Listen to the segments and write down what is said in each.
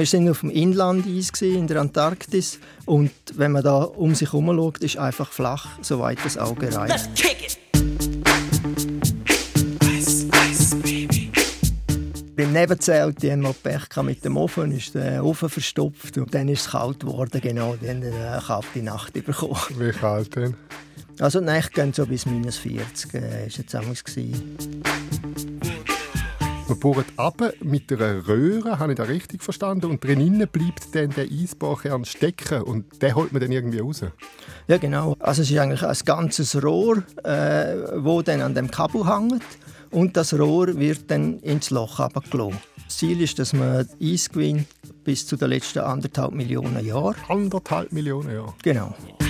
wir sind auf dem Inlandeis in der Antarktis und wenn man da um sich herum schaut, ist einfach flach, soweit das Auge reicht. Let's kick it. Ice, ice, baby. Beim Nebenzelt haben wir Pech mit dem Ofen, ist der Ofen verstopft und dann ist es kalt geworden, genau, dann eine kalte Nacht bekommen. Wie kalt denn? Also die Nächte gehen so bis -40, ist jetzt damals gewesen. Man bohrt ab mit einer Röhre, habe ich das richtig verstanden? Und drinnen bleibt dann der Eisbohrkern stecken und den holt man dann irgendwie raus? Ja, genau. Also es ist eigentlich ein ganzes Rohr, das dann an dem Kabel hängt. Und das Rohr wird dann ins Loch runtergelassen. Das Ziel ist, dass man Eis gewinnt bis zu den letzten 1,5 Millionen Jahren. 1,5 Millionen Jahre? Genau.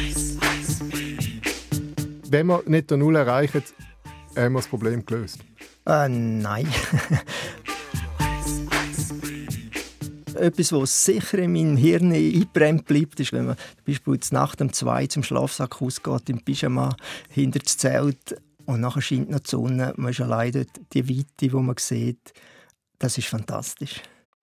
Wenn wir nicht die Null erreichen, haben wir das Problem gelöst? Nein. Etwas, was sicher in meinem Hirn eingebrannt bleibt, ist, wenn man zum Beispiel Nacht um 2 zum Schlafsack ausgeht, im Pyjama, hinter das Zelt und nachher scheint noch die Sonne. Man ist allein dort, die Weite, die man sieht, das ist fantastisch.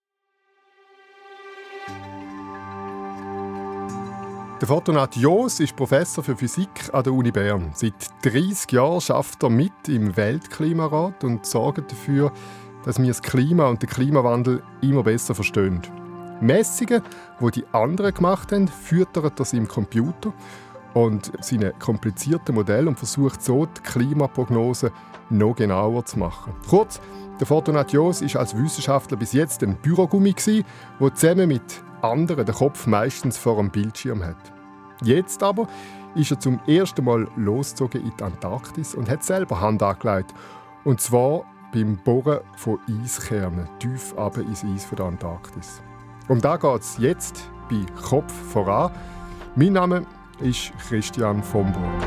Der Fortunato Joos ist Professor für Physik an der Uni Bern. Seit 30 Jahren arbeitet er mit im Weltklimarat und sorgt dafür, dass wir das Klima und den Klimawandel immer besser verstehen. Messungen, die die anderen gemacht haben, füttert er seinem Computer und seine komplizierten Modelle und versucht so, die Klimaprognose noch genauer zu machen. Kurz, der Fortunato Joos war als Wissenschaftler bis jetzt ein Bürogummi, der zusammen mit anderen den Kopf meistens vor dem Bildschirm hat. Jetzt aber ist er zum ersten Mal losgezogen in die Antarktis und hat selber Hand angelegt. Und zwar beim Bohren von Eiskernen, tief runter ins Eis der Antarktis. Um da geht es jetzt bei «Kopf voran». Mein Name ist Christian von Burg.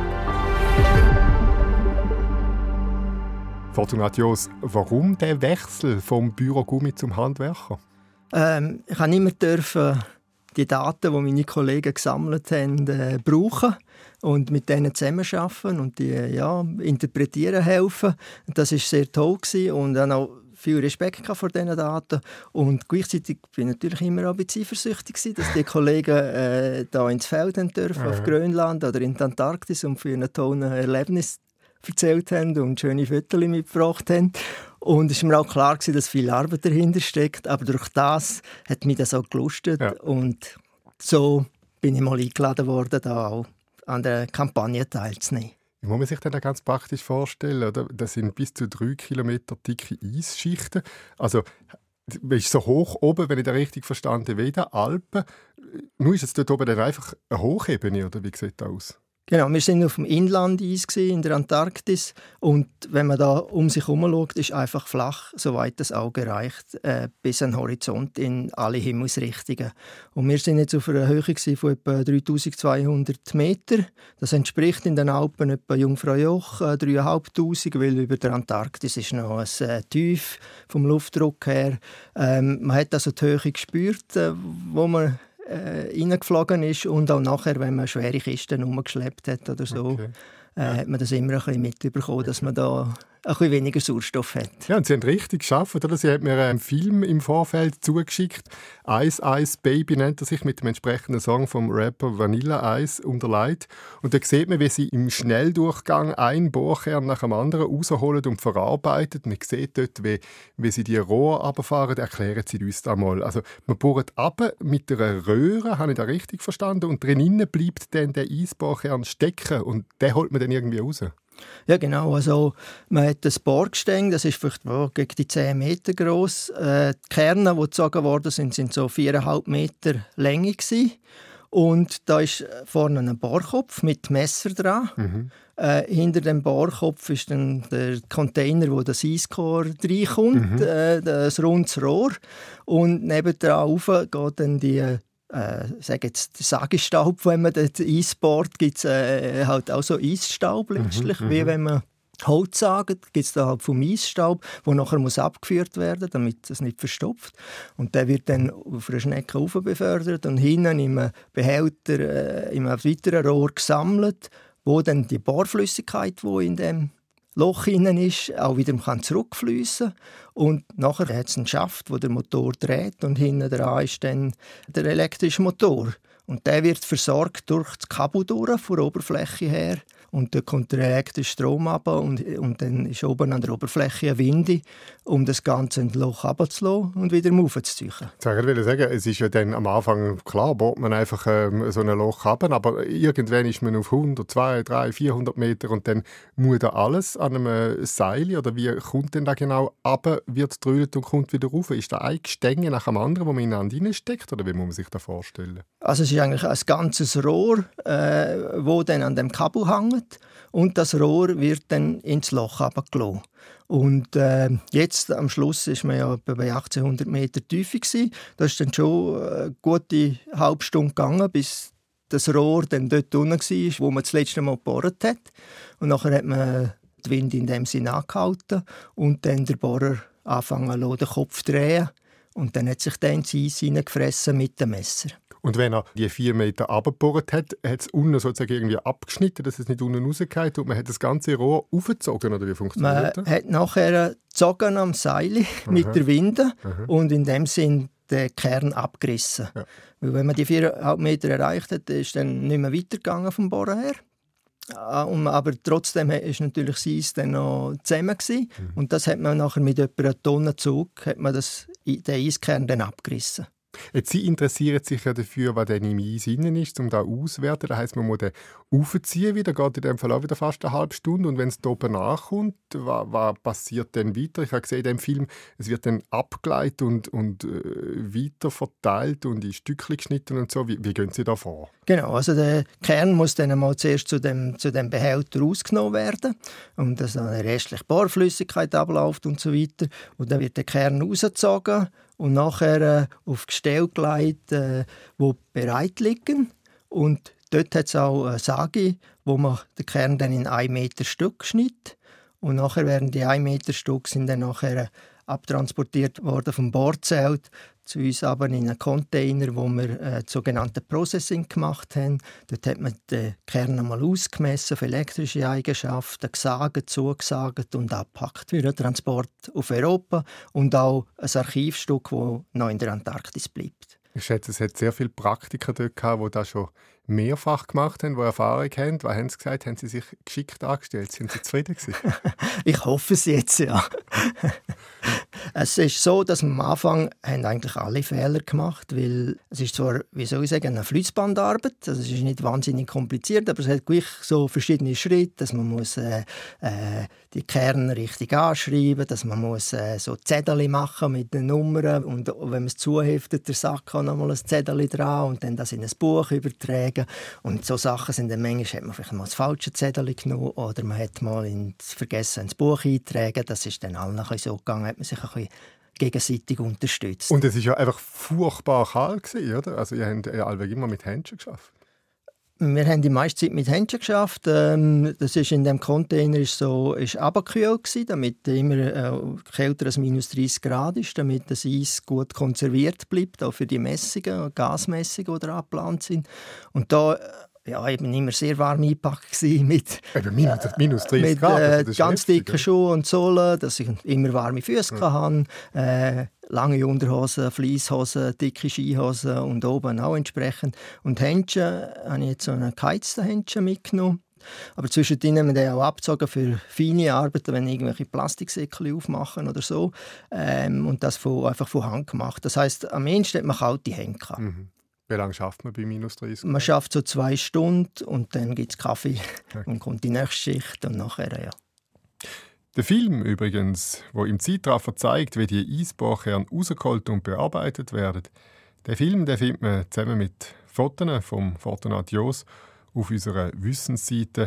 Fortunato Joos, warum der Wechsel vom Bürogummi zum Handwerker? Ich durfte immer die Daten, die meine Kollegen gesammelt haben, brauchen und mit denen zusammenarbeiten und die interpretieren helfen. Das war sehr toll und auch noch viel Respekt vor diesen Daten. Und gleichzeitig bin ich natürlich immer ein bisschen eifersüchtig, dass die Kollegen da ins Feld dürfen, auf Grönland oder in der Antarktis und für einen tollen Erlebnis erzählt haben und schöne Fotos mitgebracht haben. Und es war mir auch klar, dass viel Arbeit dahinter steckt. Aber durch das hat mich das auch gelustet. Ja. Und so bin ich mal eingeladen worden, da auch an der Kampagne teilzunehmen. Wie muss man sich das ganz praktisch vorstellen? Oder? Das sind bis zu 3 Kilometer dicke Eisschichten. Also, man ist so hoch oben, wenn ich das richtig verstanden habe, wie in den Alpen. Nur ist es dort oben dann einfach eine Hochebene, oder wie sieht das aus? Genau, wir sind auf dem Inlandeis in der Antarktis und wenn man da um sich herum schaut, ist einfach flach, soweit das Auge reicht, bis an den Horizont in alle Himmelsrichtungen. Und wir sind jetzt auf einer Höhe von etwa 3200 Meter. Das entspricht in den Alpen etwa Jungfraujoch 3500, weil über der Antarktis ist noch ein Tief vom Luftdruck her. Man hat also die Höhe gespürt, wo man reingeflogen ist und auch nachher, wenn man schwere Kisten rumgeschleppt hat oder so, hat man das immer ein bisschen mitbekommen, dass man da ein bisschen weniger Sauerstoff hat. Ja, und Sie haben richtig geschafft, oder? Sie hat mir einen Film im Vorfeld zugeschickt. «Ice, Ice, Baby» nennt er sich, mit dem entsprechenden Song vom Rapper Vanilla Ice unterlegt. Und da sieht man, wie sie im Schnelldurchgang einen Bohrkern nach dem anderen rausholen und verarbeiten. Man sieht dort, wie sie die Rohre runterfahren. Erklären Sie uns das mal. Also, man bohrt ab mit einer Röhre, habe ich das richtig verstanden? Und drinnen bleibt dann der Eisbohrkern stecken und den holt man dann irgendwie raus? Ja, genau. Also, man hat ein Bohrgestänge, das ist vielleicht gegen die 10 Meter gross. Die Kerne, die gezogen worden sind so 4,5 Meter Länge gewesen. Und da ist vorne ein Bohrkopf mit Messer dran. Mhm. Hinter dem Bohrkopf ist dann der Container, wo das Eiscore reinkommt, das rundes Rohr. Und nebendran rauf geht dann die sage jetzt der Sagestaub, wenn man das Eis bohrt, gibt es halt auch so Eisstaub letztlich, wie wenn man Holz sagt, gibt es da halt vom Eisstaub, der nachher muss abgeführt werden, damit es nicht verstopft. Und der wird dann auf einer Schnecke rauf befördert und hinten im Behälter, in einem weiteren Rohr gesammelt, wo dann die Bohrflüssigkeit, die in dem Loch innen ist, auch wieder zurückfließen kann. Und nachher hat es einen Schaft, wo der Motor dreht und hinten dran ist dann der elektrische Motor. Und der wird versorgt durch das Kabel durch, von der Oberfläche her. Und da kommt der elektrische Strom runter und dann ist oben an der Oberfläche eine Winde, um das Ganze in das Loch runterzulassen und wieder aufzuziehen. Ich wollte sagen, es ist ja dann am Anfang, klar, bohrt man einfach so ein Loch runter, aber irgendwann ist man auf 100, 200, 300, 400 Meter und dann muss da alles an einem Seil, oder wie kommt denn da genau runter, wird gedrüllt und kommt wieder rauf? Ist da ein Gestänge nach dem anderen, wo man ineinander reinsteckt, oder wie muss man sich das vorstellen? Also es ist eigentlich ein ganzes Rohr, das dann an dem Kabel hängt. Und das Rohr wird dann ins Loch runtergelassen. Und jetzt am Schluss ist man ja bei 1800 Meter Tiefe gewesen. Das ist dann schon eine gute halbe Stunde gegangen, bis das Rohr dann dort unten war, wo man das letzte Mal gebohrt hat. Und nachher hat man den Wind in dem Sinne angehalten und dann der Bohrer angefangen den Kopf zu drehen. Und dann hat sich der ins Eis hineingefressen mit dem Messer. Und wenn er die 4 Meter abgebohrt hat, hat es unten sozusagen irgendwie abgeschnitten, dass es nicht unten rausgeht und man hat das ganze Rohr aufgezogen, oder wie funktioniert das? Man hat nachher gezogen am Seil mit der Winde und in dem Sinn den Kern abgerissen. Ja. Weil wenn man die 4,5 Meter erreicht hat, ist dann nicht mehr weitergegangen vom Bohren her. Aber trotzdem ist natürlich das Eis dann noch zusammen gewesen. Und das hat man nachher mit etwa einer Tonne Zug den Eiskern dann abgerissen. Jetzt, Sie interessieren sich ja dafür, was denn im Eis innen ist, um da auszuwerten. Das heisst, man muss den aufziehen wieder, geht in dem Fall auch wieder fast eine halbe Stunde. Und wenn es da oben nachkommt, was passiert dann weiter? Ich habe gesehen in dem Film, es wird dann abgeleitet und weiter verteilt und in Stückchen geschnitten und so. Wie gehen Sie da vor? Genau, also der Kern muss dann einmal zuerst zu dem Behälter rausgenommen werden und dass dann eine restliche Bohrflüssigkeit abläuft und so weiter. Und dann wird der Kern rausgezogen und nachher auf Gestell gelegt, die bereit liegen. Und dort hat es auch eine Sage, wo man den Kern dann in 1 Meter Stück schneidet. Und nachher werden die 1 Meter Stück sind dann nachher abtransportiert worden vom Bohrzelt zu uns aber in einen Container, wo wir das sogenannte Processing gemacht haben. Dort hat man den Kern einmal ausgemessen für elektrische Eigenschaften, gesagt, zugesagt und abgepackt für den Transport auf Europa und auch ein Archivstück, das noch in der Antarktis bleibt. Ich schätze, es hat sehr viele Praktiker dort gehabt, die das schon mehrfach gemacht haben, die Erfahrung haben. Was haben Sie gesagt? Haben Sie sich geschickt angestellt? Sind Sie zufrieden gewesen? Ich hoffe es jetzt, ja. Es ist so, dass wir am Anfang haben eigentlich alle Fehler gemacht, weil es ist zwar, wie soll ich sagen, eine Fließbandarbeit, also es ist nicht wahnsinnig kompliziert, aber es hat gleich so verschiedene Schritte, dass man muss die Kerne richtig anschreiben, dass man muss so Zettel machen mit den Nummern und wenn man es zuheftet, der Sack kann noch mal ein Zettel dran und dann das in ein Buch übertragen und so Sachen sind dann manchmal, hat man vielleicht mal das falsche Zettel genommen oder man hat mal vergessen ins Buch eintragen, das ist dann allen ein bisschen so gegangen, hat man sich ein bisschen gegenseitig unterstützt. Und es war ja einfach furchtbar kalt, oder? Also ihr habt ja allweg immer mit Händchen gearbeitet. Wir haben die meiste Zeit mit Händchen geschafft. Das ist in dem Container ist runtergekühlt, damit immer kälter als minus 30 Grad ist, damit das Eis gut konserviert bleibt, auch für die Messungen, Gasmessungen, die da geplant sind. Und da eben immer sehr warm eingepackt mit minus 30 Grad. Mit ganz dicken Schuhen und Sohlen, dass ich immer warme Füße hatte. Lange Unterhosen, Fleecehosen, dicke Skihosen und oben auch entsprechend. Und Händchen habe ich jetzt so einen geheizten Händchen mitgenommen. Aber zwischendrin haben wir auch abgezogen für feine Arbeiten, wenn irgendwelche Plastiksäckchen aufmachen oder so. Und das einfach von Hand gemacht. Das heisst, am ehesten hat man kalte Hände gehabt. Wie lange schafft man bei minus 30? Man schafft so 2 Stunden und dann gibt es Kaffee und kommt die nächste Schicht und nachher, ja. Der Film übrigens, wo im Zeitraffer zeigt, wie die Eisbohrkerne rausgeholt und bearbeitet werden, den Film findet man zusammen mit Fotos vom Fortunat Jos auf unserer Wissensseite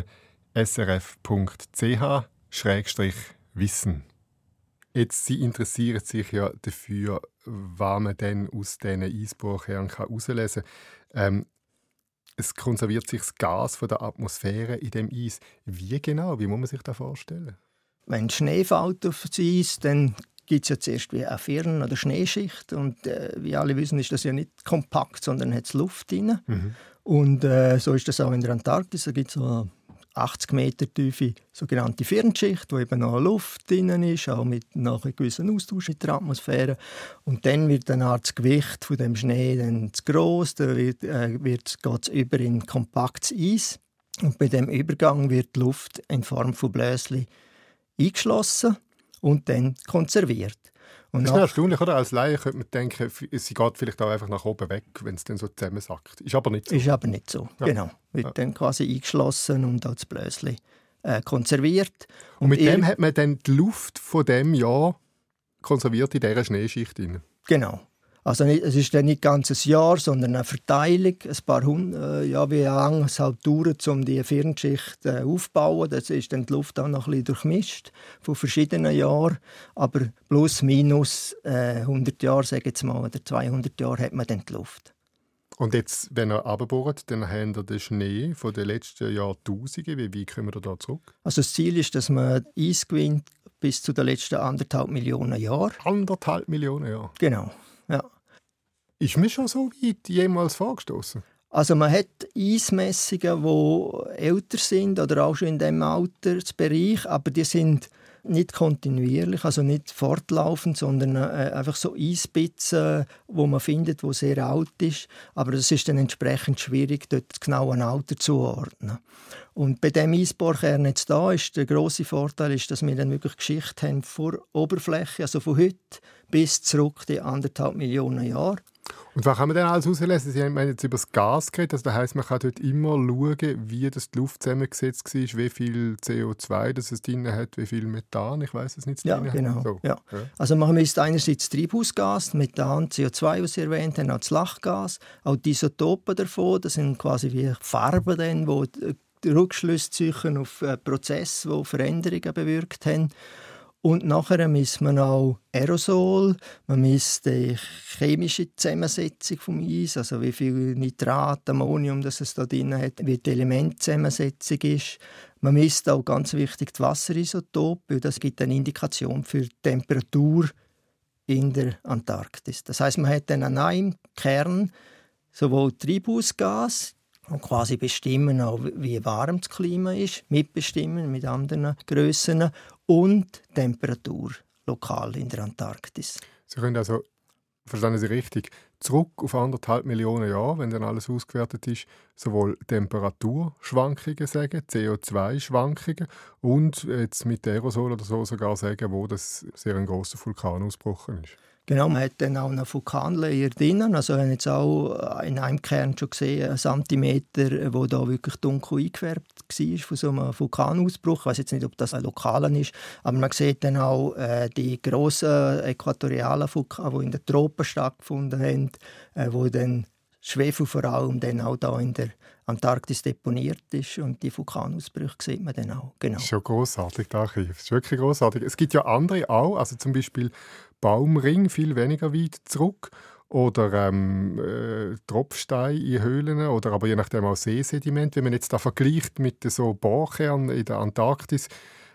srf.ch/wissen. Jetzt, Sie interessieren sich ja dafür, was man denn aus diesen Eisbohrkernen herauslesen kann. Es konserviert sich das Gas von der Atmosphäre in dem Eis. Wie genau? Wie muss man sich das vorstellen? Wenn Schnee fällt auf das Eis, dann gibt es ja zuerst wie eine Firn- oder Schneeschicht. Und wie alle wissen, ist das ja nicht kompakt, sondern hat Luft drin. Und so ist das auch in der Antarktis. Da gibt es so 80 Meter tiefe sogenannte Firnschicht, wo eben noch Luft drin ist, auch mit noch einem gewissen Austausch in der Atmosphäre. Und dann wird dann das Gewicht von dem Schnee dann zu gross, dann geht es über in kompaktes Eis. Und bei dem Übergang wird die Luft in Form von Bläschen eingeschlossen und dann konserviert. Und das ist erstaunlich, oder? Als Laie könnte man denken, sie geht vielleicht auch einfach nach oben weg, wenn es dann so zusammensackt. Ist aber nicht so. Ist aber nicht so, ja. Genau. Wird dann quasi eingeschlossen und als Bläschen konserviert. Und mit dem hat man dann die Luft von dem Jahr konserviert in dieser Schneeschicht drin. Genau. Also es ist dann nicht ganz ein Jahr, sondern eine Verteilung, ein paar wie lange es halt dauert, um die Firnschicht aufzubauen. Das ist dann die Luft auch noch ein bisschen durchmischt von verschiedenen Jahren. Aber plus minus 100 Jahre, sage ich jetzt mal, oder 200 Jahre hat man dann die Luft. Und jetzt, wenn ihr runterbohrt, dann habt ihr den Schnee von den letzten Jahrtausenden. Wie kommen wir da zurück? Also das Ziel ist, dass man Eis gewinnt bis zu den letzten 1,5 Millionen Jahren. 1,5 Millionen Jahre? Genau, ja. Ist mir schon so weit jemals vorgestoßen? Also man hat Eismessungen, die älter sind oder auch schon in diesem Altersbereich, aber die sind nicht kontinuierlich, also nicht fortlaufend, sondern einfach so Eisspitzen, wo man findet, wo sehr alt ist. Aber es ist dann entsprechend schwierig, dort das genaue Alter zuordnen. Und bei dem Eisbohrkern jetzt da ist der grosse Vorteil, ist, dass wir dann wirklich Geschichte haben von der Oberfläche, also von heute bis zurück die 1,5 Millionen Jahre. Und was kann man denn alles herauslesen? Sie haben jetzt über das Gas geredet. Also das heisst, man kann dort immer schauen, wie das die Luft zusammengesetzt war, wie viel CO2 das es drin hat, wie viel Methan, ich weiss es nicht. Ja, genau. So. Ja. Also man misst einerseits Treibhausgas, Methan, CO2, was Sie erwähnt haben, auch das Lachgas, auch die Isotopen davon, das sind quasi wie Farben, die Rückschlüsse ziehen auf Prozesse, die Veränderungen bewirkt haben. Und nachher misst man auch Aerosol, man misst die chemische Zusammensetzung des Eis, also wie viel Nitrat, Ammonium das es da drin hat, wie die Elementzusammensetzung ist. Man misst auch ganz wichtig die Wasserisotope, weil das gibt eine Indikation für die Temperatur in der Antarktis. Das heißt, man hat dann an einem Kern sowohl Treibhausgas, und quasi bestimmen auch, wie warm das Klima ist, mitbestimmen mit anderen Grössen und Temperatur lokal in der Antarktis. Sie können also, verstehen Sie richtig, zurück auf 1,5 Millionen Jahre, wenn dann alles ausgewertet ist, sowohl Temperaturschwankungen sagen, CO2-Schwankungen und jetzt mit Aerosol oder so sogar sagen, wo das sehr ein grosser Vulkan ausgebrochen ist. Genau, man hat dann auch einen Vulkanlayer drinnen. Also wir haben jetzt auch in einem Kern schon gesehen, 1 Zentimeter, wo da wirklich dunkel eingefärbt war von so einem Vulkanausbruch. Ich weiss jetzt nicht, ob das ein lokaler ist, aber man sieht dann auch die grossen äquatorialen Vulkane, die in den Tropen stattgefunden haben, wo dann Schwefel vor allem dann auch da in der Antarktis deponiert ist und die Vulkanausbrüche sieht man dann auch. Genau. Das ist schon grossartig, das Archiv. Das ist wirklich grossartig. Es gibt ja andere auch, also zum Beispiel Baumring, viel weniger weit zurück, oder Tropfsteine in Höhlen oder aber je nachdem auch Seesediment. Wenn man jetzt da vergleicht mit so Bohrkernen in der Antarktis,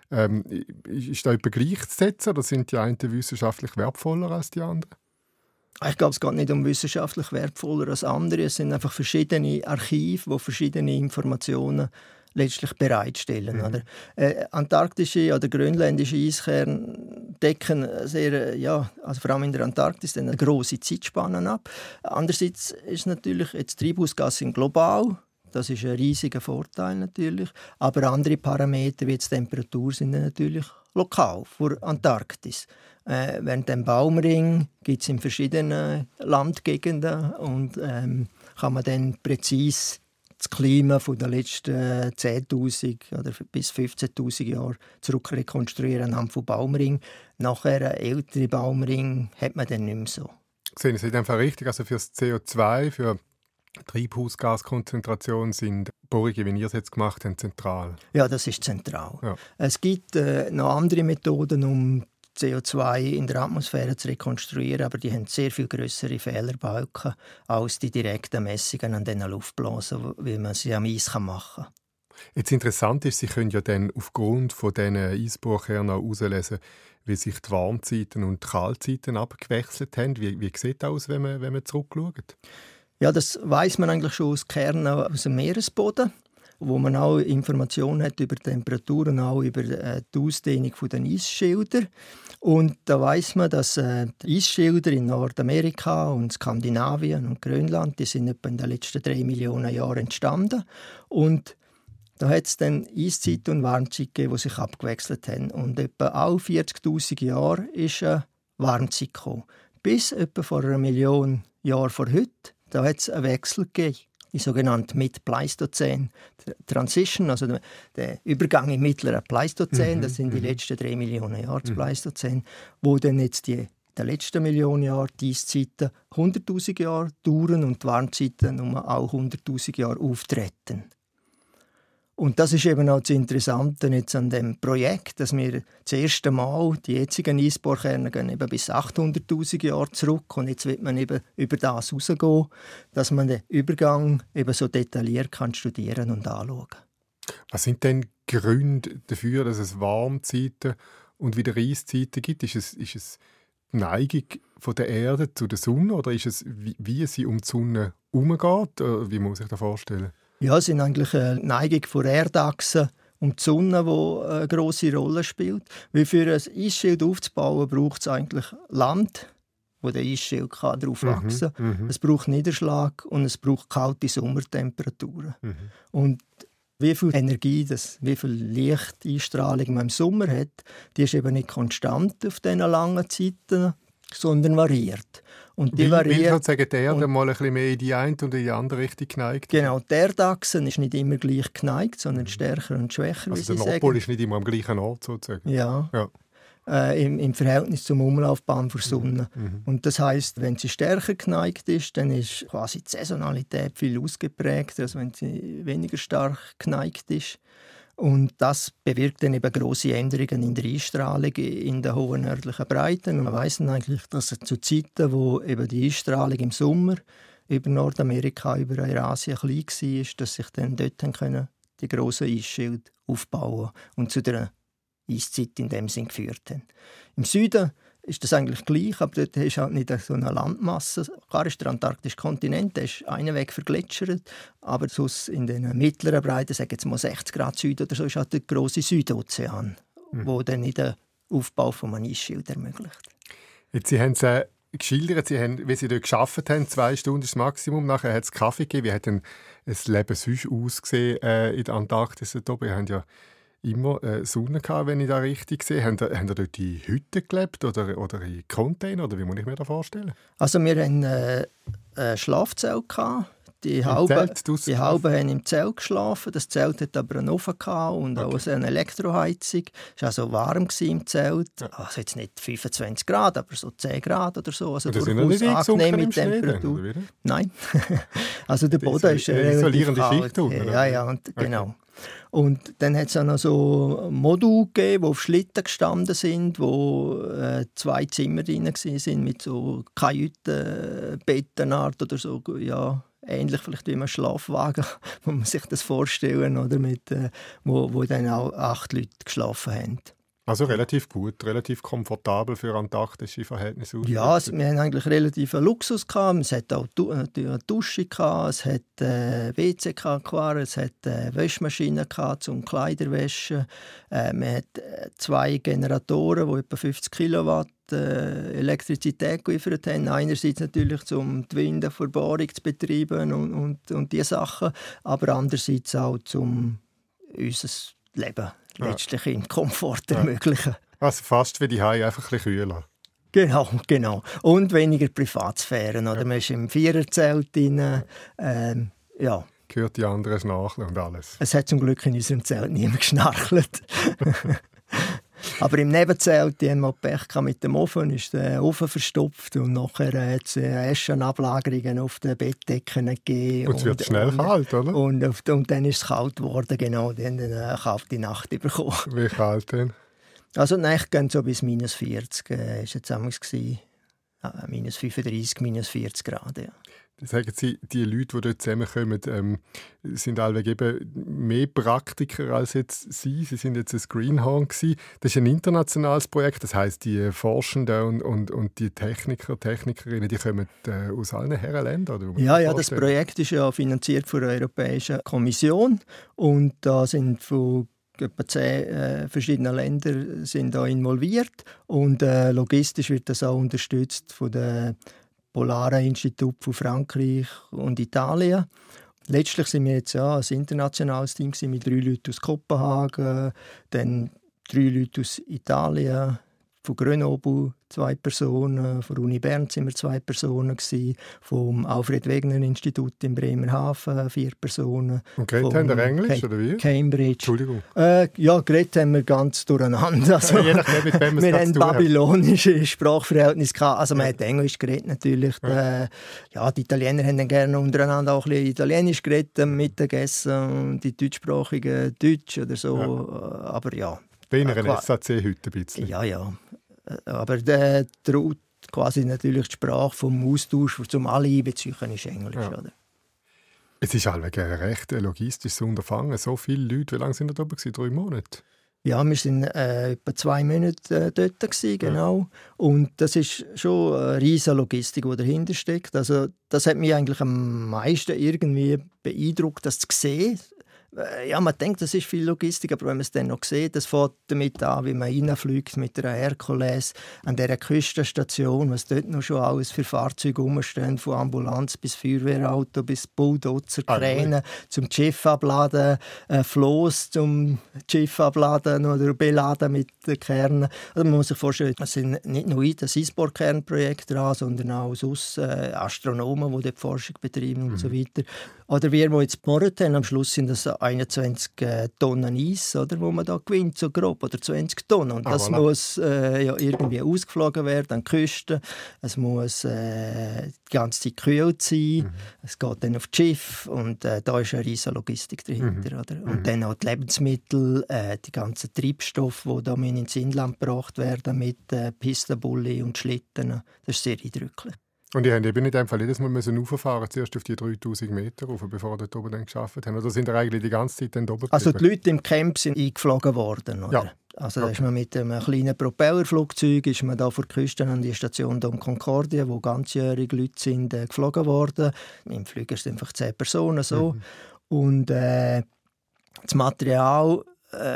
ist da etwa gleichzusetzen oder sind die einen wissenschaftlich wertvoller als die anderen? Ich glaube, es geht nicht um wissenschaftlich wertvoller als andere. Es sind einfach verschiedene Archive, die verschiedene Informationen letztlich bereitstellen. Oder? Antarktische oder grönländische Eiskerne decken sehr, also vor allem in der Antarktis eine grosse Zeitspanne ab. Andererseits ist natürlich jetzt Treibhausgas sind global. Das ist ein riesiger Vorteil natürlich. Aber andere Parameter wie jetzt Temperatur sind natürlich lokal für Antarktis. Während dem Baumring gibt es in verschiedenen Landgegenden und kann man dann präzise das Klima von den letzten 10'000 oder bis 15'000 Jahren zurück rekonstruieren anhand von Baumring. Nachher ältere Baumring hat man dann nicht mehr so. Sehen Sie einfach richtig, also für das CO2, für Treibhausgaskonzentration sind Bohrungen, wie ihr es jetzt gemacht habt, zentral? Ja, das ist zentral. Ja. Es gibt noch andere Methoden, um CO2 in der Atmosphäre zu rekonstruieren, aber die haben sehr viel grössere Fehlerbalken als die direkten Messungen an diesen Luftblasen, wie man sie am Eis machen kann. Jetzt interessant ist, Sie können ja dann aufgrund von diesen Eisbohrkernen auch herauslesen, wie sich die Warmzeiten und die Kaltzeiten abgewechselt haben. Wie sieht das aus, wenn man zurückschaut? Ja, das weiss man eigentlich schon aus Kernen aus dem Meeresboden. wo man auch Informationen hat über Temperaturen, auch über die Ausdehnung der Eisschilder. Und da weiss man, dass die Eisschilder in Nordamerika und Skandinavien und Grönland, die sind etwa in den letzten 3 Millionen Jahren entstanden. Und da hat es dann Eiszeit und Warmzeit gegeben, die sich abgewechselt haben. Und etwa alle 40'000 Jahre ist eine Warmzeit gekommen. Bis etwa vor 1 Million Jahren vor heute, da hat es einen Wechsel gegeben. Die sogenannte Mid-Pleistozän Transition, also der Übergang im mittleren Pleistozän, das sind die letzten 3 Millionen Jahre des Pleistozän, wo dann jetzt in den letzten Millionen Jahren die Eiszeiten 100'000 Jahre dauern und die Warmzeiten auch 100'000 Jahre auftreten. Und das ist eben auch das Interessante jetzt an dem Projekt, dass wir das erste Mal die jetzigen Eisbohrkerne gehen eben bis 800'000 Jahre zurück und jetzt wird man eben über das rausgehen, dass man den Übergang eben so detailliert kann studieren und anschauen. Was sind denn Gründe dafür, dass es Warmzeiten und wieder Eiszeiten gibt? Ist es die Neigung von der Erde zu der Sonne oder ist es, wie sie um die Sonne herumgeht? Wie muss man sich das vorstellen? Ja, es ist eigentlich eine Neigung von Erdachse und die Sonne, die eine grosse Rolle spielt. Weil für ein Eisschild aufzubauen, braucht es eigentlich Land, wo der Eisschild darauf wachsen kann. Es braucht Niederschlag und es braucht kalte Sommertemperaturen. Und wie viel Energie, wie viel Lichteinstrahlung man im Sommer hat, die ist eben nicht konstant auf diesen langen Zeiten, sondern variiert. Und die variiert. Weil sozusagen die Erde mal ein bisschen mehr in die eine und in die andere Richtung geneigt? Genau, die Erdachse ist nicht immer gleich geneigt, sondern stärker und schwächer, also der Nordpol ist nicht immer am gleichen Ort sozusagen? Ja. Im Verhältnis zum Umlaufbahn der Sonne. Und das heisst, wenn sie stärker geneigt ist, dann ist quasi die Saisonalität viel ausgeprägter, als wenn sie weniger stark geneigt ist. Und das bewirkt dann eben grosse Änderungen in der Einstrahlung in den hohen nördlichen Breiten. Und man weiss eigentlich, dass zu Zeiten, wo eben die Einstrahlung im Sommer über Nordamerika, über Eurasien klein war, dass sich dann dort die grossen Eisschilde aufbauen und zu der Eiszeit in dem Sinn geführt haben. Im Süden ist das eigentlich gleich, aber dort ist halt nicht so eine Landmasse. Klar ist der antarktische Kontinent, der ist einen Weg vergletschert, aber sonst in den mittleren Breiten, sagen jetzt mal 60 Grad Süd oder so, ist halt der grosse Südozean, wo dann nicht den Aufbau von einem Eisschild ermöglicht. Jetzt, Sie haben es geschildert, wie Sie dort gearbeitet haben, 2 Stunden ist das Maximum, nachher hat es Kaffee gegeben. Wie hat denn das Leben sonst ausgesehen in der Antarktis? Wir haben ja immer Sonne gehabt, wenn ich das richtig sehe. Haben ihr dort in Hütten gelebt oder in Container? Oder wie muss ich mir das vorstellen? Also wir hatten ein Schlafzelt gehabt. Die Hauben haben im Zelt geschlafen. Das Zelt hatte aber einen Ofen und auch eine Elektroheizung. Es war also warm im Zelt. Also jetzt nicht 25 Grad, aber so 10 Grad oder so. Also durchaus angenehme Temperatur. Nein. Also der Boden ist relativ kalt. Schicht ja, und genau. Und dann hat es auch noch so Module gegeben, die auf Schlitten gestanden sind, wo 2 Zimmer drin waren, mit so Kajütenbettenart oder so, ja, ähnlich vielleicht wie ein Schlafwagen, muss man sich das vorstellen, oder wo dann auch 8 Leute geschlafen haben. Also relativ gut, relativ komfortabel für antarktische Verhältnisse. Ja, wir hatten eigentlich relativ Luxus gehabt. Es hat auch eine Dusche gehabt, es hat WC gehabt, es hat Wäschmaschinen gehabt zum Kleiderwäschen. Man hat 2 Generatoren, die etwa 50 Kilowatt Elektrizität geliefert haben. Einerseits natürlich, um die Windenverbohrung zu betreiben und diese Sachen, aber andererseits auch, um unser Leben letztlich in Komfort ermöglichen. Also fast wie die Haie, einfach ein bisschen kühler. Genau. Und weniger Privatsphäre. Oder? Man ist im Viererzelt drin. Ja. Gehört die anderen schnarchen und alles. Es hat zum Glück in unserem Zelt niemand geschnarchelt. Aber im Nebenzelt, die haben wir Pech mit dem Ofen, ist der Ofen verstopft und nachher hat es Aschenablagerungen auf den Bettdecken gegeben. Und es wird schnell kalt, oder? Und dann ist es kalt geworden, genau. Die haben eine kalte Nacht bekommen. Wie kalt denn? Also die Nächte gehen so bis -40, war jetzt damals. minus 35, minus 40 Grad. Ja. Sagen Sie, die Leute, die dort zusammenkommen, sind allweg eben mehr Praktiker als jetzt Sie. Sie sind jetzt ein Greenhorn gewesen. Das ist ein internationales Projekt. Das heisst, die Forschenden und die Techniker, Technikerinnen, die kommen aus allen Herrenländern. Ja, das Projekt ist ja finanziert von der Europäischen Kommission. Und da sind von etwa 10 verschiedene Länder sind da involviert. Und logistisch wird das auch unterstützt von der Polaren Institut von Frankreich und Italien. Letztlich sind wir jetzt ein internationales Team mit 3 Leuten aus Kopenhagen, dann 3 Leute aus Italien, von Grenoble 2 Personen, von der Uni Bern sind wir 2 Personen gewesen, vom Alfred-Wegener-Institut in Bremerhaven 4 Personen. Und geredet haben wir Englisch, oder wie? Cambridge. Entschuldigung. Ja, geredet haben wir ganz durcheinander. Also, je nachdem, mit wem wir haben babylonische Sprachverhältnisse gehabt. Also man hat Englisch geredet natürlich. Die Italiener haben dann gerne untereinander auch ein bisschen Italienisch geredet, am Mittagessen, und die Deutschsprachigen Deutsch oder so. Ja. Aber ja. Bei einer SAC heute ein bisschen. Ja. Aber der quasi natürlich die Sprache vom Austausch zum alle einbeziehen ist Englisch. Ja. Oder? Es ist halt ein recht logistisches Unterfangen. So viele Leute. Wie lange sind ihr da oben? 3 Monate? Ja, wir waren etwa 2 Monate dort gewesen, genau. Ja. Und das ist schon eine riesige Logistik, die dahinter steckt. Also, das hat mich eigentlich am meisten irgendwie beeindruckt, das zu sehen. Ja, man denkt, das ist viel Logistik, aber wenn man es dann noch sieht, das fängt damit an, wie man reinfliegt mit einer Herkules an dieser Küstenstation, was dort noch schon alles für Fahrzeuge rumstehen, von Ambulanz bis Feuerwehrauto bis Bulldozer, Kräne zum Schiff abladen, Floß zum Schiff abladen oder beladen mit den Kernen. Also man muss sich vorstellen, es sind nicht nur das Eisbohrkernprojekt dran, sondern auch sonst Astronomen, die dort Forschung betreiben und so weiter. Oder wir, die jetzt gebohrt haben, am Schluss sind das 21 Tonnen Eis, oder, wo man da gewinnt, so grob, oder 20 Tonnen. Und das muss irgendwie ausgeflogen werden an die Küste. Es muss die ganze Zeit gekühlt sein. Es geht dann auf das Schiff und da ist eine riesige Logistik dahinter. Oder? Und dann auch die Lebensmittel, die ganzen Treibstoffe, die da ins Inland gebracht werden mit Pistenbulli und Schlitten. Das ist sehr eindrücklich. Und ihr habt eben in dem Fall jedes Mal rauffahren, zuerst auf die 3000 Meter rauf, bevor ihr dort oben dann gearbeitet habt? Oder sind ihr eigentlich die ganze Zeit dann oben geblieben? Also die Leute im Camp sind eingeflogen worden, oder? Ja. Also da ist man mit einem kleinen Propellerflugzeug ist man da vor der Küste an die Station Dom Concordia, wo ganzjährig Leute sind, geflogen worden. Im Flüger sind einfach 10 Personen so. Und das Material,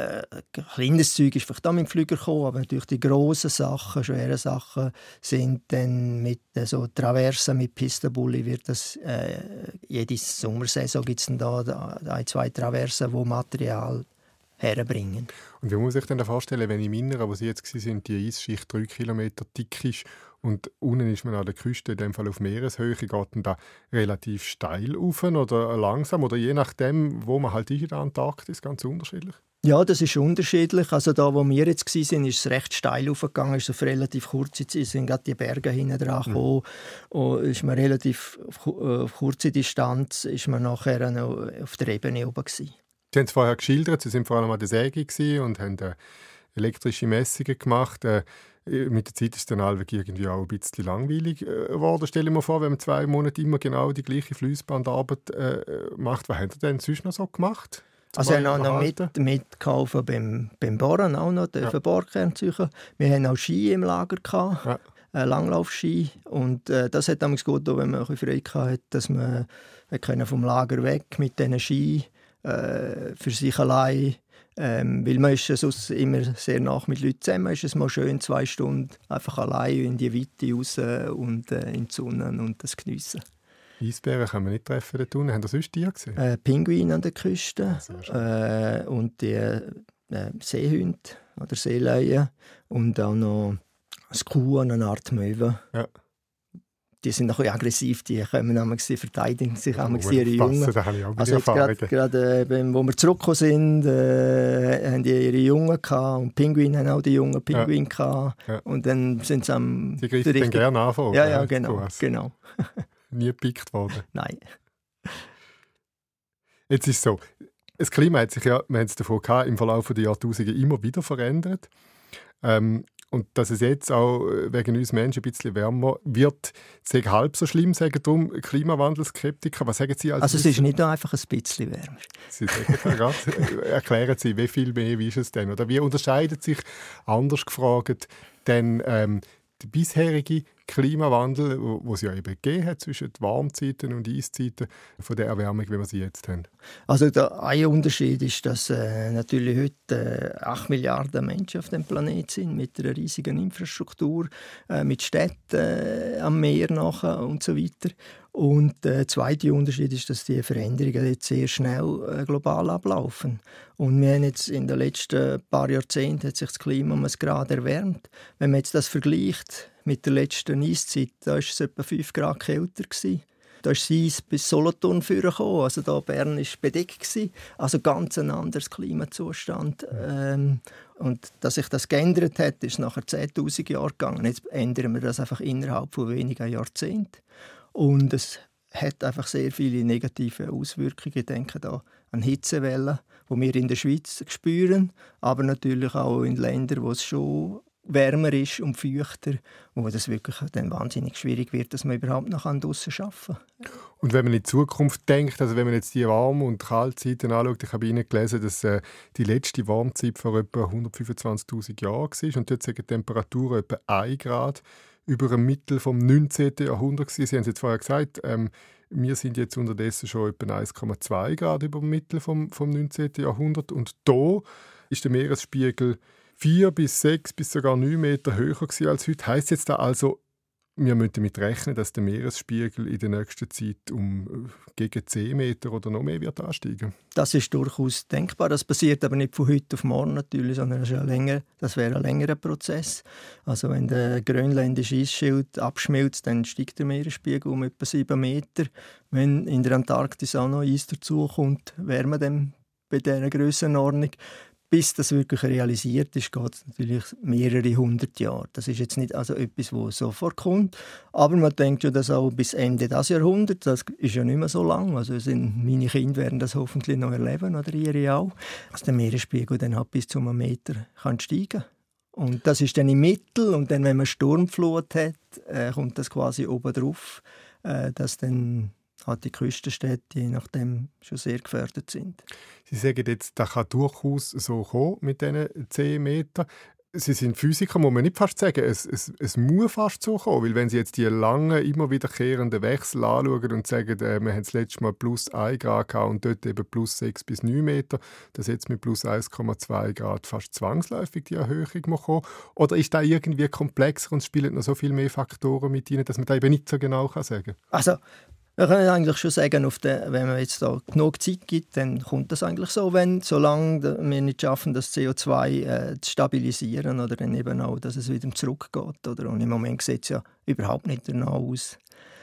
kleines Zeug ist vielleicht auch mit dem Flüger gekommen, aber natürlich die grossen Sachen, schweren Sachen sind dann mit so Traversen mit Pistenbulli wird das jede Sommersaison gibt es dann da 2 Traversen, die Material herbringen. Und wie muss ich denn vorstellen, wenn in Minneren, wo Sie jetzt waren, die Eisschicht 3 Kilometer dick ist und unten ist man an der Küste, in dem Fall auf Meereshöhe, geht dann da relativ steil rauf oder langsam oder je nachdem, wo man halt ist in der Antarktis, ganz unterschiedlich? Ja, das ist unterschiedlich. Also da, wo wir jetzt waren, ist es recht steil aufgegangen. Es ist auf relativ kurze Zeit, sind gerade die Berge hinten dran gekommen. Ist man relativ auf kurze Distanz ist man nachher noch auf der Ebene oben gewesen. Sie haben es vorher geschildert, Sie sind vor allem an der Säge und haben elektrische Messungen gemacht. Mit der Zeit ist es dann irgendwie auch ein bisschen langweilig geworden. Stelle ich mir vor, wenn man 2 Monate immer genau die gleiche Fließbandarbeit macht. Was haben Sie denn sonst noch so gemacht? Also wir haben noch mitgeholfen beim Bohren, auch noch den Bohrkernzeugen. Wir haben auch Ski im Lager gehabt, Langlaufski. Und das hat damals gut getan, wenn man ein bisschen Freude hatte, dass man vom Lager weg mit diesen Ski für sich allein. Weil man ist sonst immer sehr nach mit Leuten zusammen. Ist es mal schön 2 Stunden einfach allein in die Weite raus und in die Sonne und das geniessen. Eisbären kann man nicht treffen dort unten. Haben Sie sonst Tiere gesehen? Pinguine an der Küste und die Seehunde oder Seeleien und auch noch ein Kuh, eine Art Möwe. Ja. Die sind noch ein bisschen aggressiv, die verteidigen sich ihre Jungen. Also jetzt gerade wo wir zurückgekommen sind, haben die ihre Jungen gehabt und Pinguine haben auch die jungen Pinguine gehabt. Ja. Und dann sind sie am... Sie greifen dann gerne an. Ja, genau. Nie gepickt worden? Nein. Jetzt ist es so, das Klima hat sich ja, wir haben es davon gehabt, im Verlauf der Jahrtausende immer wieder verändert. Und dass es jetzt auch wegen uns Menschen ein bisschen wärmer wird, sei halb so schlimm, sagen darum Klimawandelskeptiker. Was sagen Sie als Also es ist nicht einfach ein bisschen wärmer. Sie sagen gerade, erklären Sie, wie viel mehr, wie ist es denn? Oder wie unterscheidet sich, anders gefragt, denn der bisherige Klimawandel, wo es ja eben gegeben hat zwischen den Warmzeiten und Eiszeiten, von der Erwärmung, wie wir sie jetzt haben? Also ein Unterschied ist, dass natürlich heute 8 Milliarden Menschen auf dem Planeten sind, mit einer riesigen Infrastruktur, mit Städten am Meer nachher und so weiter. Und der zweite Unterschied ist, dass die Veränderungen jetzt sehr schnell global ablaufen. Und wir haben jetzt in den letzten paar Jahrzehnten hat sich das Klima um 1 Grad erwärmt. Wenn man jetzt das vergleicht mit der letzten Eiszeit, da war es etwa 5 Grad kälter. Da ist das Eis bis Solothurn vorgekommen. Also da Bern war bedeckt. Also ganz ein anderes Klimazustand. Und dass sich das geändert hat, ist nachher 10'000 Jahre gegangen. Jetzt ändern wir das einfach innerhalb von wenigen Jahrzehnten. Und es hat einfach sehr viele negative Auswirkungen. Ich denke da an Hitzewellen, die wir in der Schweiz spüren, aber natürlich auch in Ländern, wo es schon wärmer ist und feuchter, wo das wirklich dann wahnsinnig schwierig wird, dass man überhaupt noch draussen arbeiten kann. Und wenn man in die Zukunft denkt, also wenn man jetzt die Warm- und Kaltzeiten anschaut, ich habe Ihnen gelesen, dass die letzte Warmzeit vor etwa 125'000 Jahren war und dort sind die Temperaturen etwa 1 Grad über dem Mittel vom 19. Jahrhundert gewesen. Sie haben es jetzt vorher gesagt, wir sind jetzt unterdessen schon etwa 1,2 Grad über dem Mittel vom 19. Jahrhundert und da ist der Meeresspiegel 4 bis 6 bis sogar 9 Meter höher gewesen als heute. Heisst jetzt da also, wir müssen damit rechnen, dass der Meeresspiegel in der nächsten Zeit gegen 10 Meter oder noch mehr wird ansteigen? Das ist durchaus denkbar. Das passiert aber nicht von heute auf morgen natürlich, sondern das wäre ein längerer Prozess. Also wenn der grönländische Eisschild abschmilzt, dann steigt der Meeresspiegel um etwa 7 Meter. Wenn in der Antarktis auch noch Eis dazukommt, wären wir dann bei dieser Grössenordnung. Bis das wirklich realisiert ist, geht es natürlich mehrere 100 Jahre. Das ist jetzt nicht also etwas, das sofort kommt. Aber man denkt ja, dass auch bis Ende des Jahrhunderts, das ist ja nicht mehr so lang. Also meine Kinder werden das hoffentlich noch erleben, oder ihre auch, dass der Meeresspiegel dann halt bis zu 1 Meter kann steigen. Und das ist dann im Mittel. Und dann, wenn man Sturmflut hat, kommt das quasi oben drauf, dass dann halt die Küstenstädte je nachdem schon sehr gefährdet sind. Sie sagen jetzt, das kann durchaus so kommen mit diesen 10 Metern. Sie sind Physiker, muss man nicht fast sagen. Es muss fast so kommen, weil wenn Sie jetzt die langen, immer wiederkehrenden Wechsel anschauen und sagen, wir haben das letzte Mal plus 1 Grad gehabt und dort eben plus 6 bis 9 Meter, dass jetzt mit plus 1,2 Grad fast zwangsläufig die Erhöhung muss kommen. Oder ist das irgendwie komplexer und spielen noch so viel mehr Faktoren mit rein, dass man das eben nicht so genau sagen kann? Also, wir können eigentlich schon sagen, wenn man jetzt da genug Zeit gibt, dann kommt das eigentlich so, solange wir nicht schaffen, das CO2 zu stabilisieren oder dann eben auch, dass es wieder zurückgeht. Oder? Und im Moment sieht es ja überhaupt nicht danach aus.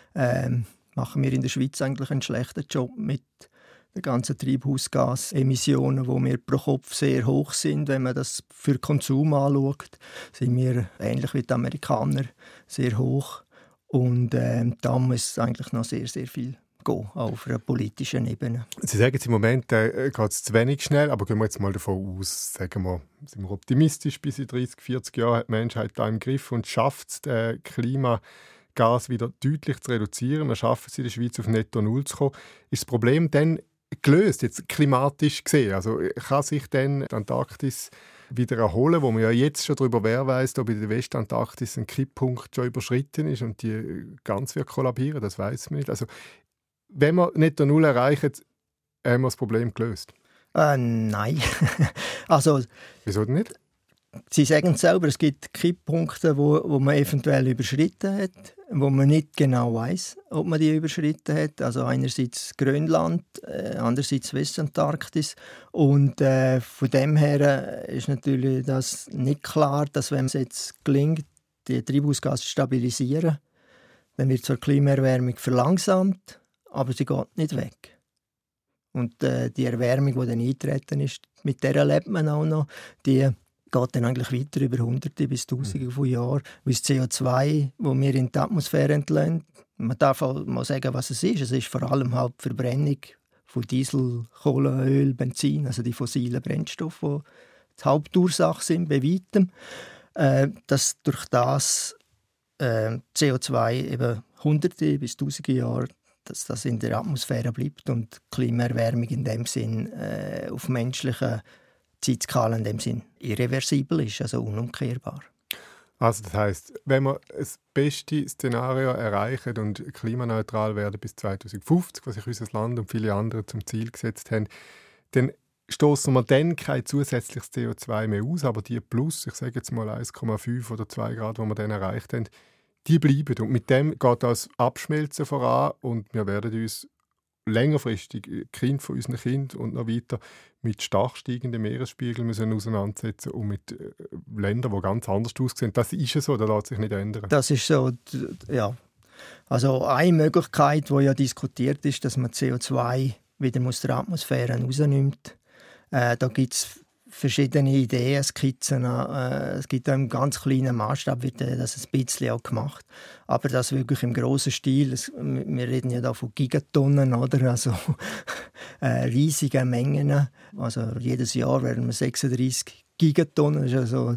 Machen wir in der Schweiz eigentlich einen schlechten Job mit den ganzen Treibhausgasemissionen, die wir pro Kopf sehr hoch sind. Wenn man das für Konsum anschaut, sind wir ähnlich wie die Amerikaner sehr hoch. Und da muss eigentlich noch sehr, sehr viel gehen, auch auf einer politischen Ebene. Sie sagen jetzt im Moment, geht es zu wenig schnell, aber gehen wir jetzt mal davon aus, sagen wir, sind wir optimistisch, bis in 30, 40 Jahren hat die Menschheit da im Griff und schafft es, den Klimagas wieder deutlich zu reduzieren. Wir schaffen es in der Schweiz auf Netto Null zu kommen. Ist das Problem dann gelöst, jetzt klimatisch gesehen? Also kann sich dann die Antarktis wieder erholen, wo man ja jetzt schon darüber weiss, ob in der Westantarktis ein Kipppunkt schon überschritten ist und die ganz wird kollabieren, das weiss man nicht. Also, wenn wir Netto Null erreichen, haben wir das Problem gelöst? Nein. Also, wieso denn nicht? Sie sagen es selber, es gibt Kipppunkte, wo man eventuell überschritten hat, wo man nicht genau weiss, ob man die überschritten hat. Also einerseits Grönland, andererseits Westantarktis. Und von dem her ist natürlich das nicht klar, dass wenn es jetzt gelingt, die Treibhausgase zu stabilisieren, dann wird zwar die Klimaerwärmung verlangsamt, aber sie geht nicht weg. Und die Erwärmung, die dann eingetreten ist, mit der lebt man auch noch, die geht dann eigentlich weiter über Hunderte bis Tausende von Jahren. Weil das CO2, das wir in die Atmosphäre entlassen, man darf auch mal sagen, was es ist. Es ist vor allem halt die Verbrennung von Diesel, Kohle, Öl, Benzin, also die fossilen Brennstoffe, die die Hauptursache sind bei weitem. dass durch das CO2 eben Hunderte bis Tausende Jahre dass das in der Atmosphäre bleibt und die Klimaerwärmung in dem Sinn auf menschlichen Zeitskala in dem Sinn irreversibel ist, also unumkehrbar. Also das heisst, wenn wir das beste Szenario erreichen und klimaneutral werden bis 2050, was sich unser Land und viele andere zum Ziel gesetzt haben, dann stoßen wir dann kein zusätzliches CO2 mehr aus, aber die plus, ich sage jetzt mal 1,5 oder 2 Grad, die wir dann erreicht haben, die bleiben. Und mit dem geht das Abschmelzen voran und wir werden uns längerfristig, Kind von unseren Kindern und noch weiter, mit stark steigenden Meeresspiegeln müssen auseinandersetzen und mit Ländern, die ganz anders aussehen. Das ist ja so, das lässt sich nicht ändern. Das ist so, ja. Also eine Möglichkeit, die ja diskutiert ist, dass man CO2 wieder aus der Atmosphäre rausnimmt. Da gibt es verschiedene Ideen, Skizzen. Es gibt auch im ganz kleinen Maßstab wird das ein bisschen auch gemacht. Aber das wirklich im grossen Stil. Wir reden ja da von Gigatonnen, oder? Also riesige Mengen. Also jedes Jahr werden wir 36 Gigatonnen, das ist also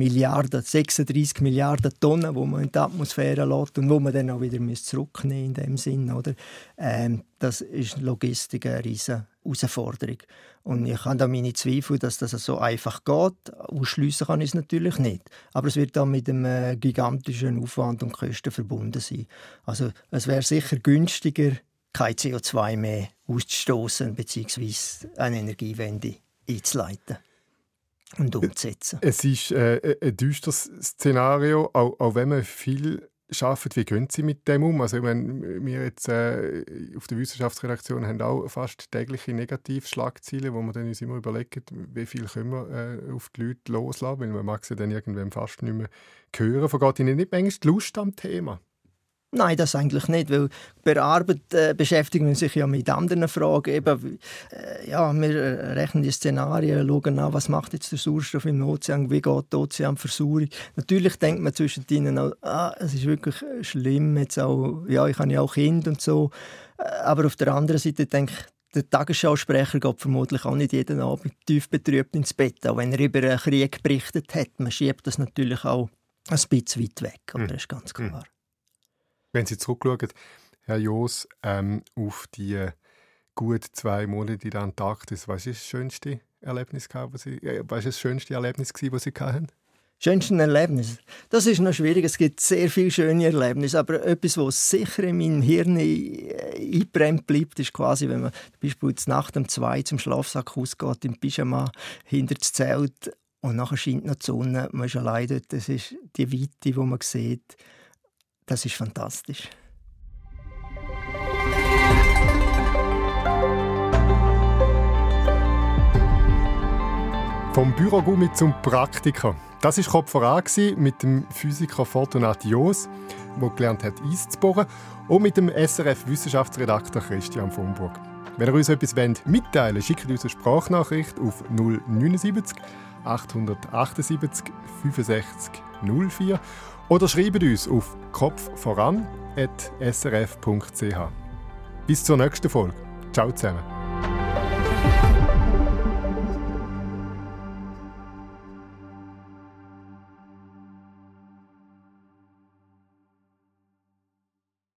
36 Milliarden Tonnen, die man in die Atmosphäre lässt und wo man dann auch wieder zurücknehmen in dem Sinn, oder? Das ist Logistik eine riesige Herausforderung. Und ich habe da meine Zweifel, dass das so einfach geht. Ausschliessen kann ich es natürlich nicht. Aber es wird dann mit einem gigantischen Aufwand und Kosten verbunden sein. Also es wäre sicher günstiger, kein CO2 mehr auszustoßen bzw. eine Energiewende einzuleiten und umzusetzen. Es ist ein düsteres Szenario, auch wenn man viel arbeitet. Wie gehen Sie mit dem um? Also, ich meine, wir jetzt auf der Wissenschaftsredaktion haben auch fast tägliche Negativschlagziele, wo wir dann uns immer überlegen, wie viel können wir auf die Leute loslassen, weil man mag sie dann irgendwann fast nicht mehr hören. Vergeht Ihnen nicht manchmal die Lust am Thema? Nein, das eigentlich nicht, weil bei der Arbeit beschäftigen wir sich ja mit anderen Fragen. Eben, wir rechnen die Szenarien, schauen an, was macht jetzt der Sauerstoff im Ozean, wie geht die Ozeanversorgung. Natürlich denkt man zwischen ihnen auch, es ist wirklich schlimm, jetzt auch, ja, ich habe ja auch Kinder und so. Aber auf der anderen Seite denke ich, der Tagesschausprecher geht vermutlich auch nicht jeden Abend tief betrübt ins Bett, auch wenn er über einen Krieg berichtet hat. Man schiebt das natürlich auch ein bisschen weit weg, aber das ist ganz klar. Wenn Sie zurückschauen, Herr Joos, auf die gut 2 Monate in der Antarktis, was war das schönste Erlebnis, das Sie hatten? Schönste Erlebnis? Das ist noch schwierig. Es gibt sehr viele schöne Erlebnisse, aber etwas, was sicher in meinem Hirn eingebrannt bleibt, ist quasi, wenn man zum Beispiel Nacht um 2 zum Schlafsack ausgeht, im Pyjama, hinter das Zelt und nachher scheint noch die Sonne, man ist allein dort. Das ist die Weite, die man sieht. Das ist fantastisch. Vom Bürogummi zum Praktiker. Das war Kopf voran mit dem Physiker Fortunato Joos, der gelernt hat, Eis zu bohren, und mit dem SRF-Wissenschaftsredakteur Christian von Burg. Wenn ihr uns etwas mitteilen wollt, schickt uns eine Sprachnachricht auf 079 878 65 04 oder schreibt uns auf kopfvoran@srf.ch. Bis zur nächsten Folge. Ciao zusammen.